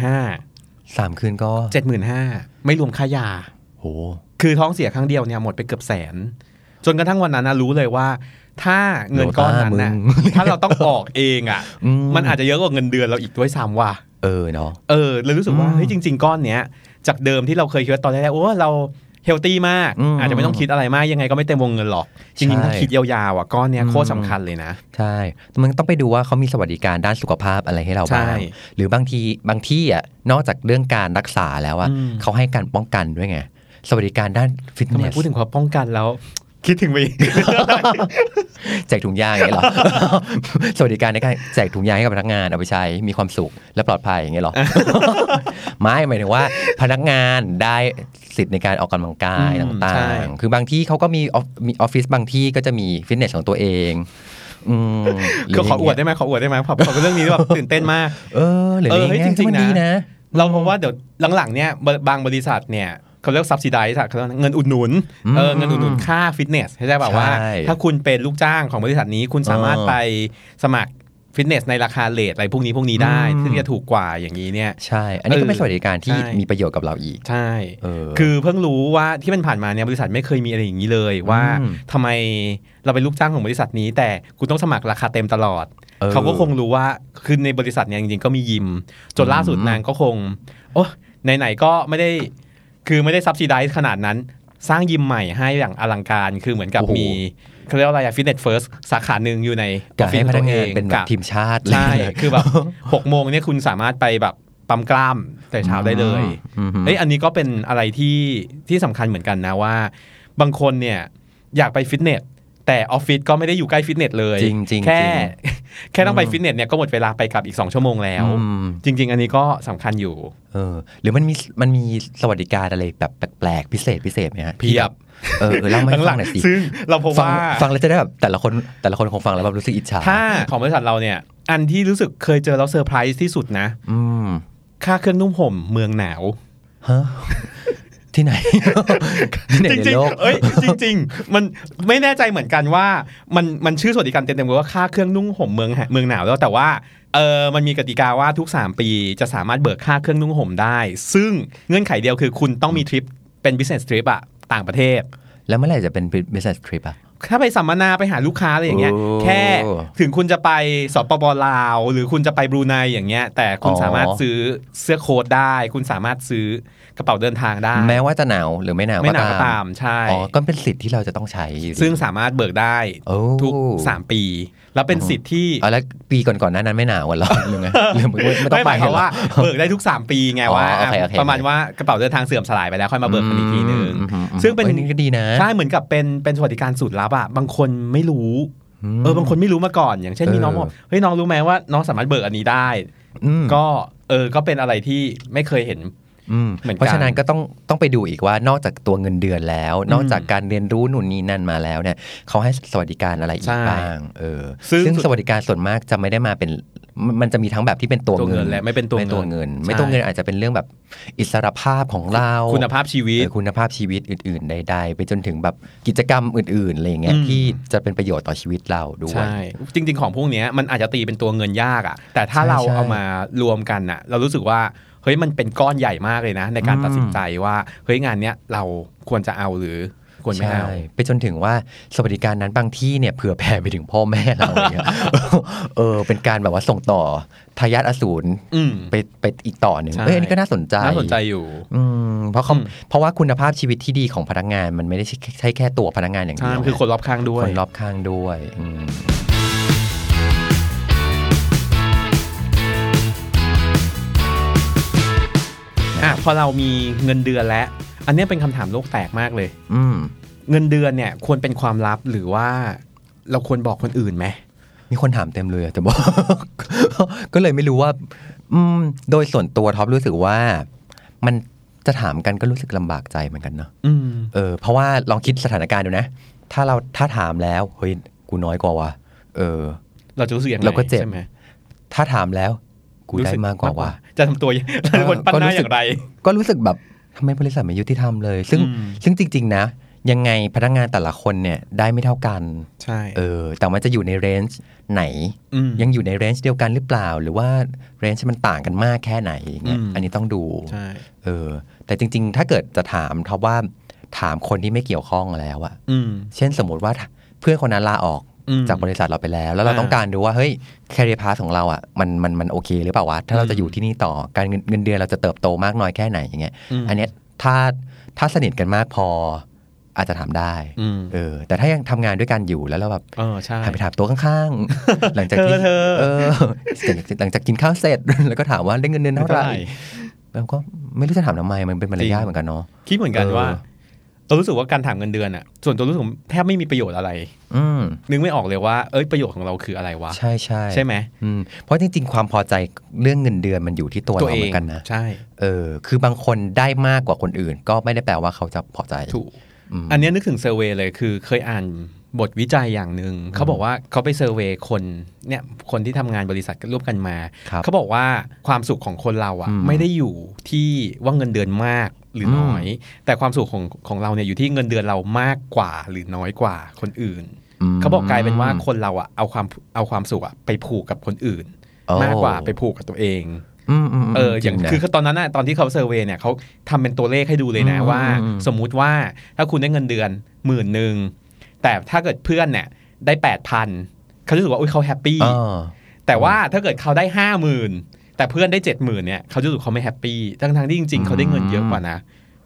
25,000 3 คืนก็ 75,000 ไม่รวมค่ายาโหคือท้องเสียครั้งเดียวเนี่ยหมดไปเกือบ100,000จนกระทั่งวันนั้นนะรู้เลยว่าถ้าเงินก้อนนั้นน่ะถ้าเราต้องออกเองอ่ะมันอาจจะเยอะกว่าเงินเดือนเราอีกด้วยซ้ำว่ะเนาะเลยรู้สึกว่าเฮ้ยจริงๆก้อนเนี้ยจากเดิมที่เราเคยคิดว่าตอนแรกโอ้เราเฮลตี้มากอาจจะไม่ต้องคิดอะไรมากยังไงก็ไม่เต็มวงเงินหรอกจริงๆต้องคิดยาวๆอ่ะก้อนเนี้ยโคตรสำคัญเลยนะใช่มันต้องไปดูว่าเขามีสวัสดิการด้านสุขภาพอะไรให้เราบ้างหรือบางที่อ่ะนอกจากเรื่องการรักษาแล้วอ่ะเขาให้การป้องกันด้วยไงสวัสดิการด้านฟิตเนสพูดถึงความป้องกันแล้วคิดถึงไปแจกถุงยางอย่างเงี้ยหรอสวัสดิการในการแจกถุงยางให้กับพนักงานเอาไปใช้มีความสุขและปลอดภัยอย่างเงี้ยหรอไม่หมายถึงว่าพนักงานได้สิทธิ์ในการออกกำลังกายต่างๆคือบางที่เขาก็มีออฟฟิศบางที่ก็จะมีฟิตเนสของตัวเองขออวดได้ไหมขอเรื่องนี้แบบตื่นเต้นมากหรือจริงๆนะเราเพราะว่าเดี๋ยวหลังๆเนี่ยบางบริษัทเนี่ยเขาเรียก subsidize เขาเงินอุดหนุนเงินอุดหนุนค่าฟิตเนสใช่ป่ะว่าถ้าคุณเป็นลูกจ้างของบริษัทนี้คุณสามารถไปสมัครฟิตเนสในราคาเรทอะไรพวกนี้ได้ซึ่งจะถูกกว่าอย่างนี้เนี่ยใช่อันนี้ก็เป็นสวัสดิการที่มีประโยชน์กับเราอีกใช่คือเพิ่งรู้ว่าที่มันผ่านมาเนี่ยบริษัทไม่เคยมีอะไรอย่างนี้เลยว่าทำไมเราเป็นลูกจ้างของบริษัทนี้แต่คุณต้องสมัครราคาเต็มตลอดเขาก็คงรู้ว่าคือในบริษัทเนี่ยจริงๆก็มียิมจนล่าสุดนางก็คงโอ้ไหนๆก็ไม่ได้ซับซิไดซ์ขนาดนั้นสร้างยิมใหม่ให้อย่างอลังการคือเหมือนกับมีเขาเรียกว่าอะไรฟิตเนสเฟิร์สสาขาหนึ่งอยู่ในออฟฟิศตัวเองเป็นแบบทีมชาติใช่คือแบบ6 โมงเนี่ยคุณสามารถไปแบบปั๊มกล้ามแต่เช้าได้เลยอันนี้ก็เป็นอะไรที่สำคัญเหมือนกันนะว่าบางคนเนี่ยอยากไปฟิตเนสแต่ออฟฟิศก็ไม่ได้อยู่ใกล้ฟิตเนสเลยแค่ต้องไปฟิตเนสเนี่ยก็หมดเวลาไปกลับอีก2ชั่วโมงแล้วจริงๆอันนี้ก็สำคัญอยู่หรือมันมีสวัสดิการอะไรแบบแปลกๆพิเศษไหมฮะเพียบเล่าให้ฟังหน่อยสิซึ่งเราพบว่าฟังแล้วจะได้แบบแต่ละคนคงฟังแล้วแบบรู้สึกอิจฉาถ้าของบริษัทเราเนี่ยอันที่รู้สึกเคยเจอแล้วเซอร์ไพรส์ที่สุดนะค่าเครื่องนุ่งห่มเมืองหนาวฮะที่ไหนจริงๆจริงๆมันไม่แน่ใจเหมือนกันว่ามันชื่อสวัสดิการเต็มๆว่าค่าเครื่องนุ่งห่มเมืองหนาวแล้วแต่ว่ามันมีกติกาว่าทุก3ปีจะสามารถเบิกค่าเครื่องนุ่งห่มได้ซึ่งเงื่อนไขเดียวคือคุณต้องมีทริปเป็น business trip อะต่างประเทศแล้วเมื่อไหร่จะเป็น business trip อะถ้าไปสัมมนาไปหาลูกค้าอะไรอย่างเงี้ยแค่ถึงคุณจะไปสปป.ลาวหรือคุณจะไปบรูไนอย่างเงี้ยแต่คุณสามารถซื้อเสื้อโค้ทได้คุณสามารถซื้อกระเป๋าเดินทางได้แม้ว่าจะหนาวหรือไม่หนาวก็ตามใช่ก็เป็นสิทธิ์ที่เราจะต้องใช้ซึ่งสามารถเบิกได้ทุก3ปีแล้วเป็นสิทธิ์ที่แล้วปีก่อนๆนั้นไม่หนาวกันหรอหรือไงไม่ต้องไปเพราะว่าเบิกได้ทุก3ปีไงว่าประมาณว่ากระเป๋าเดินทางเสื่อมสลายไปแล้วค่อยมาเบิกกันอีกทีนึงซึ่งเป็นนี่ก็ดีนะใช่เหมือนกับเป็นสวัสดิการสูตรลับอ่ะบางคนไม่รู้บางคนไม่รู้มาก่อนอย่างเช่นมีน้องบอกเฮ้ยน้องรู้ไหมว่าน้องสามารถเบิกอันนี้ได้ก็เป็นอะไรที่ไม่เคยเห็นเพราะฉะนั้นก็ต้องไปดูอีกว่านอกจากตัวเงินเดือนแล้วนอกจากการเรียนรู้หนุนนี้นั่นมาแล้วเนี่ยเขาให้สวัสดิการอะไรอีกบ้างซึ่งสวัสดิการส่วนมากจะไม่ได้มาเป็นมันจะมีทั้งแบบที่เป็นตัวเงินและไม่เป็นตัวเงินไม่ตัวเงินอาจจะเป็นเรื่องแบบอิสรภาพของเราคุณภาพชีวิตอื่นๆใดๆไปจนถึงแบบกิจกรรมอื่นๆอะไรอย่างเงี้ยที่จะเป็นประโยชน์ต่อชีวิตเราด้วยใช่จริงๆของพวกนี้มันอาจจะตีเป็นตัวเงินยากอ่ะแต่ถ้าเราเอามารวมกันอ่ะเรารู้สึกว่าเฮ้ยมันเป็นก้อนใหญ่มากเลยนะในการตัดสินใจว่าเฮ้ยงานเนี้ยเราควรจะเอาหรือควรไม่เอาไปจนถึงว่าสวัสดิการนั้นบางที่เนี่ยเผื่อแผ่ไปถึงพ่อแม่เราเนี่ยเป็นการแบบว่าส่งต่อทายาทอสูรไปอีกต่อหนึ่งอันนี้ก็น่าสนใจอยู่เพราะว่าคุณภาพชีวิตที่ดีของพนักงานมันไม่ได้ใช่แค่ตัวพนักงานอย่างเดียวคือคนรอบข้างด้วยพอเรามีเงินเดือนแล้วอันนี้เป็นคำถามโลกแตกมากเลยเงินเดือนเนี่ยควรเป็นความลับหรือว่าเราควรบอกคนอื่นไหมมีคนถามเต็มเลยแต่บอก ก็เลยไม่รู้ว่าโดยส่วนตัวท็อปรู้สึกว่ามันจะถามกันก็รู้สึกลำบากใจเหมือนกันเนาะเพราะว่าลองคิดสถานการณ์ดูนะถ้าถามแล้วเฮ้ยกูน้อยกว่าวะเราจะรู้สึกยังไงเราก็เจ็บถ้าถามแล้วกูได้มากกว่าจะทำตัวคนปั้นหน้าอย่างไรก็รู้สึกแบบทำไมบริษัทไม่ยุติธรรมเลยซึ่งจริงๆนะยังไงพนักงานแต่ละคนเนี่ยได้ไม่เท่ากันใช่แต่มันจะอยู่ในเรนจ์ไหนยังอยู่ในเรนจ์เดียวกันหรือเปล่าหรือว่าเรนจ์มันต่างกันมากแค่ไหนอย่างเงี้ยอันนี้ต้องดูใช่แต่จริงๆถ้าเกิดจะถามท็อปว่าถามคนที่ไม่เกี่ยวข้องแล้วอะเช่นสมมติว่าเพื่อนคนนั้นลาออกจากบริษัทเราไปแล้วเราต้องการดูว่าเฮ้ยแคเรียร์พาสของเราอ่ะมันโอเคหรือเปล่าวะถ้าเราจะอยู่ที่นี่ต่อการเงินเดือนเราจะเติบโตมากน้อยแค่ไหนอย่างเงี้ยอันเนี้ยถ้าสนิทกันมากพออาจจะถามได้แต่ถ้ายังทำงานด้วยกันอยู่แล้วเราแบบหันไปถามตัวข้างๆหลังจากที่หลังจากกินข้าวเสร็จแล้วก็ถามว่าได้เงินเดือนเท่าไหร่แล้วก็ไม่รู้จะถามทำไมมันเป็นมารยาทเหมือนกันเนาะคิดเหมือนกันว่าเรารู้สึกว่าการถามเงินเดือนอ่ะส่วนตัวรู้สึกแทบไม่มีประโยชน์อะไรนึกไม่ออกเลยว่าประโยชน์ของเราคืออะไรวะใช่ใช่ใช่ไหมเพราะจริงๆความพอใจเรื่องเงินเดือนมันอยู่ที่ตัวเราเหมือนกันนะใช่คือบางคนได้มากกว่าคนอื่นก็ไม่ได้แปลว่าเขาจะพอใจถูกอันนี้นึกถึงเซอร์เวย์เลยคือเคยอ่านบทวิจัยอย่างนึงเขาบอกว่าเขาไปเซอร์เวย์คนที่ทำงานบริษัทร่วมกันมาเขาบอกว่าความสุขของคนเราอ่ะไม่ได้อยู่ที่ว่าเงินเดือนมากหรือน้อยแต่ความสุขของเราเนี่ยอยู่ที่เงินเดือนเรามากกว่าหรือน้อยกว่าคนอื่นเขาบอกกลายเป็นว่าคนเราอ่ะเอาความสุขอ่ะไปผูกกับคนอื่นมากกว่าไปผูกกับตัวเองอย่างคือตอนนั้นน่ะตอนที่เขาเซอร์เวย์เนี่ยเขาทำเป็นตัวเลขให้ดูเลยนะว่าสมมุติว่าถ้าคุณได้เงินเดือน 10,000 แต่ถ้าเกิดเพื่อนเนี่ยได้ 8,000 เขาจะรู้สึกว่าเขาแฮปปี้แต่ว่าถ้าเกิดเขาได้ 50,000แต่เพื่อนได้ 70,000 เนี่ยเขาจะรู้สึกเขาไม่แฮปปี้ทั้งที่จริงๆเขาได้เงินเยอะกว่านะ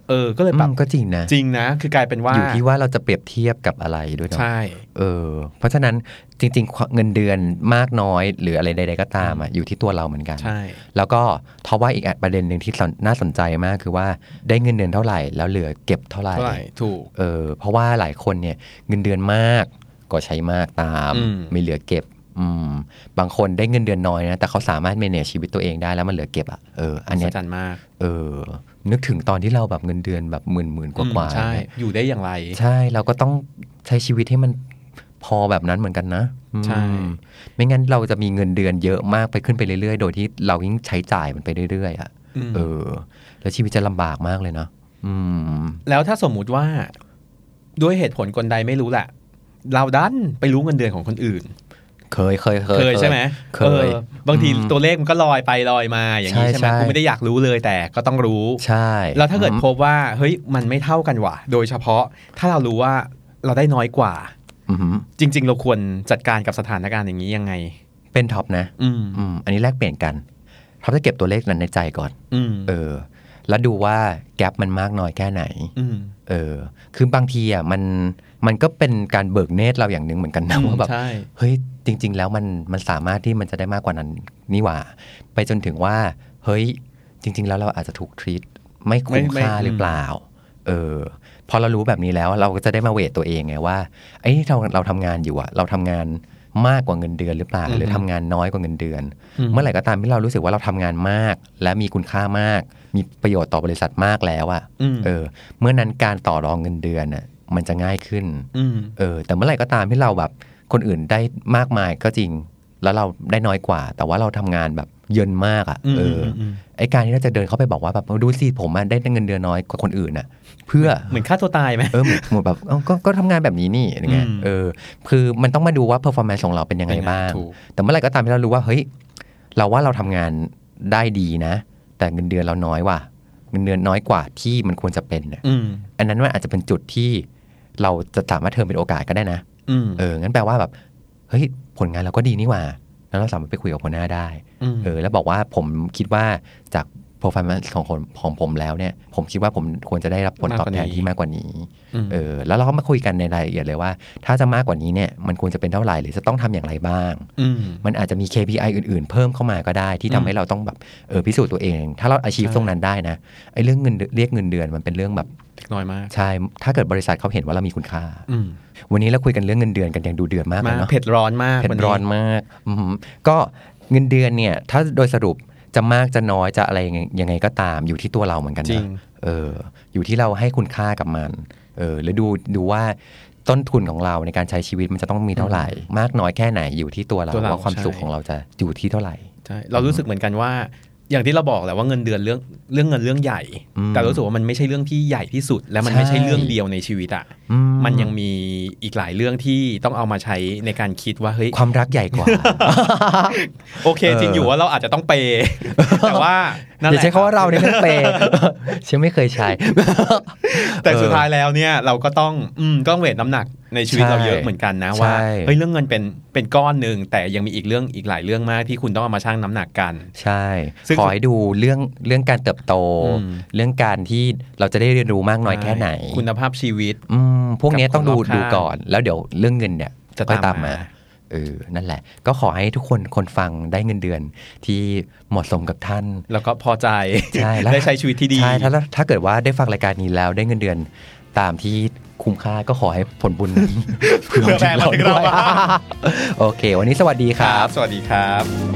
ก็เลยแบบก็จริงนะคือกลายเป็นว่าอยู่ที่ว่าเราจะเปรียบเทียบกับอะไรด้วยเนาะใช่เพราะฉะนั้นจริงๆเงินเดือนมากน้อยหรืออะไรใดๆก็ตามอยู่ที่ตัวเราเหมือนกันใช่แล้วก็เพราะว่าอีกประเด็นนึงที่น่าสนใจมากคือว่าได้เงินเดือนเท่าไหร่แล้วเหลือเก็บเท่าไหร่ถูกเพราะว่าหลายคนเนี่ยเงินเดือนมากก็ใช้มากตามไม่เหลือเก็บบางคนได้เงินเดือนน้อยนะแต่เขาสามารถ manage ชีวิตตัวเองได้แล้วมันเหลือเก็บอันนี้จันมากนึกถึงตอนที่เราแบบเงินเดือนแบบหมื่นกว่าใช่อยู่ได้อย่างไรใช่เราก็ต้องใช้ชีวิตให้มันพอแบบนั้นเหมือนกันนะใช่ไม่งั้นเราจะมีเงินเดือนเยอะมากไปขึ้นไปเรื่อยๆโดยที่เรายิ่งใช้จ่ายมันไปเรื่อยๆแล้วชีวิตจะลำบากมากเลยเนาะแล้วถ้าสมมุติว่าด้วยเหตุผลกลใดไม่รู้แหละเราดันไปรู้เงินเดือนของคนอื่นเคยใช่ไหมเคยบางทีตัวเลขมันก็ลอยไปลอยมาอย่างนี้ใช่ไหมกูไม่ได้อยากรู้เลยแต่ก็ต้องรู้ใช่แล้วถ้าเกิดพบว่าเฮ้ยมันไม่เท่ากันว่ะโดยเฉพาะถ้าเรารู้ว่าเราได้น้อยกว่าจริงๆเราควรจัดการกับสถานการณ์อย่างนี้ยังไงเป็นท็อปนะอันนี้แลกเปลี่ยนกันท็อปจะเก็บตัวเลขนั้นในใจก่อนแล้วดูว่าแกปมันมากน้อยแค่ไหนคือบางทีอ่ะมันก็เป็นการเบิกเนตรเราอย่างนึงเหมือนกันนะว่าแบบเฮ้ยจริงๆแล้วมันสามารถที่มันจะได้มากกว่านั้นนี่หว่าไปจนถึงว่าเฮ้ยจริงๆแล้วเราอาจจะถูกทรีตไม่คุ้มค่าหรือเปล่าพอเรารู้แบบนี้แล้วเราก็จะได้มาเวทตัวเองไงว่าไอ้ที่เราทำงานอยู่อ่ะเราทำงานมากกว่าเงินเดือนหรือเปล่าหรือทำงานน้อยกว่าเงินเดือนเมื่อไหร่ก็ตามที่เรารู้สึกว่าเราทำงานมากและมีคุณค่ามากมีประโยชน์ต่อบริษัทมากแล้วอ่ะเมื่อนั้นการต่อรองเงินเดือนอ่ะมันจะง่ายขึ้นแต่เมื่อไหร่ก็ตามที่เราแบบคนอื่นได้มากมายก็จริงแล้วเราได้น้อยกว่าแต่ว่าเราทำงานแบบเยินมากอ่ะไอการที่เราจะเดินเข้าไปบอกว่าแบบดูสิผมได้เงินเดือนน้อยกว่าคนอื่นอ่ะเพื่อเหมือนฆ่าตัวตายไหมเหมือนแบบก็ทำงานแบบนี้นี่อะไรเงี้ยคือมันต้องมาดูว่า performance ของเราเป็นยังไงบ้างแต่เมื่อไหร่ก็ตามที่เรารู้ว่าเฮ้ยเราทำงานได้ดีนะแต่เงินเดือนเราน้อยว่ะเงินเดือนน้อยกว่าที่มันควรจะเป็นเนี่ยอันนั้นมันอาจจะเป็นจุดที่เราจะสามารถเทิร์นเป็นโอกาสก็ได้นะงั้นแปลว่าแบบเฮ้ยผลงานเราก็ดีนี่หว่าแล้วเราสามารถไปคุยกับหัวหน้าได้แล้วบอกว่าผมคิดว่าจาก performance ของผมแล้วเนี่ยผมคิดว่าผมควรจะได้รับผลตอบแทนที่มากกว่านี้แล้วเราก็มาคุยกันในรายละเอียดเลยว่าถ้าจะมากกว่านี้เนี่ยมันควรจะเป็นเท่าไหร่หรือจะต้องทำอย่างไรบ้างมันอาจจะมี KPI อื่นๆเพิ่มเข้ามาก็ได้ที่ทำให้เราต้องแบบพิสูจน์ตัวเองถ้าเรา achieve ตรงนั้นได้นะไอ้เรื่องเรียกเงินเดือนมันเป็นเรื่องแบบน้อยมากใช่ถ้าเกิดบริษัทเขาเห็นว่าเรามีคุณค่าวันนี้เราคุยกันเรื่องเงินเดือนกันอย่างดูเดือดมากเลยเนาะเผ็ดร้อนมากก็เงินเดือนเนี่ยถ้าโดยสรุปจะมากจะน้อยจะอะไรยังไงก็ตามอยู่ที่ตัวเราเหมือนกันนะอยู่ที่เราให้คุณค่ากับมันหรือดูว่าต้นทุนของเราในการใช้ชีวิตมันจะต้องมีเท่าไหร่มากน้อยแค่ไหนอยู่ที่ตัวเราว่าความสุขของเราจะอยู่ที่เท่าไหร่ใช่เรารู้สึกเหมือนกันว่าอย่างที่เราบอกแหละว่าเงินเดือนเรื่องเงินเรื่องใหญ่แต่รู้สึกว่ามันไม่ใช่เรื่องที่ใหญ่ที่สุดและมันไม่ใช่เรื่องเดียวในชีวิตอ่ะมันยังมีอีกหลายเรื่องที่ต้องเอามาใช้ในการคิดว่าเฮ้ยความรักใหญ่กว่าโอเคจริงอยู่ว่าเราอาจจะต้องเปย์แต่ว่าอย่าใช้คำว่าเราเนี่ยเปย์ฉันไม่เคยใช้แต่สุดท้ายแล้วเนี่ยเราก็ต้องเวทน้ำหนักในชีวิตเราเยอะเหมือนกันนะว่าเฮ้ยเรื่องเงินเป็นก้อนนึงแต่ยังมีอีกหลายเรื่องมากที่คุณต้องเอามาชั่งน้ำหนักกันใช่ขอให้ดูเรื่องการเติบโตเรื่องการที่เราจะได้เรียนรู้มากน้อยแค่ไหนคุณภาพชีวิตพวกนี้ต้องดูก่อนแล้วเดี๋ยวเรื่องเงินเนี่ยจะตามมานั่นแหละก็ขอให้ทุกคนฟังได้เงินเดือนที่เหมาะสมกับท่านแล้วก็พอใจใช่ได้ใช้ชีวิตที่ดีใช่ถ้าเกิดว่าได้ฟังรายการนี้แล้วได้เงินเดือนตามที่คุ้มค่าก็ขอให้ผลบุญเพื่อแบ่งเราด้วยโอเควันนี้สวัสดีครับสวัสดีครับ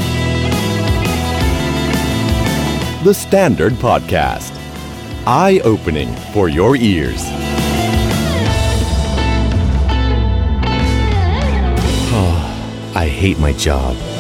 The Standard Podcast Eye-opening for your ears I hate my job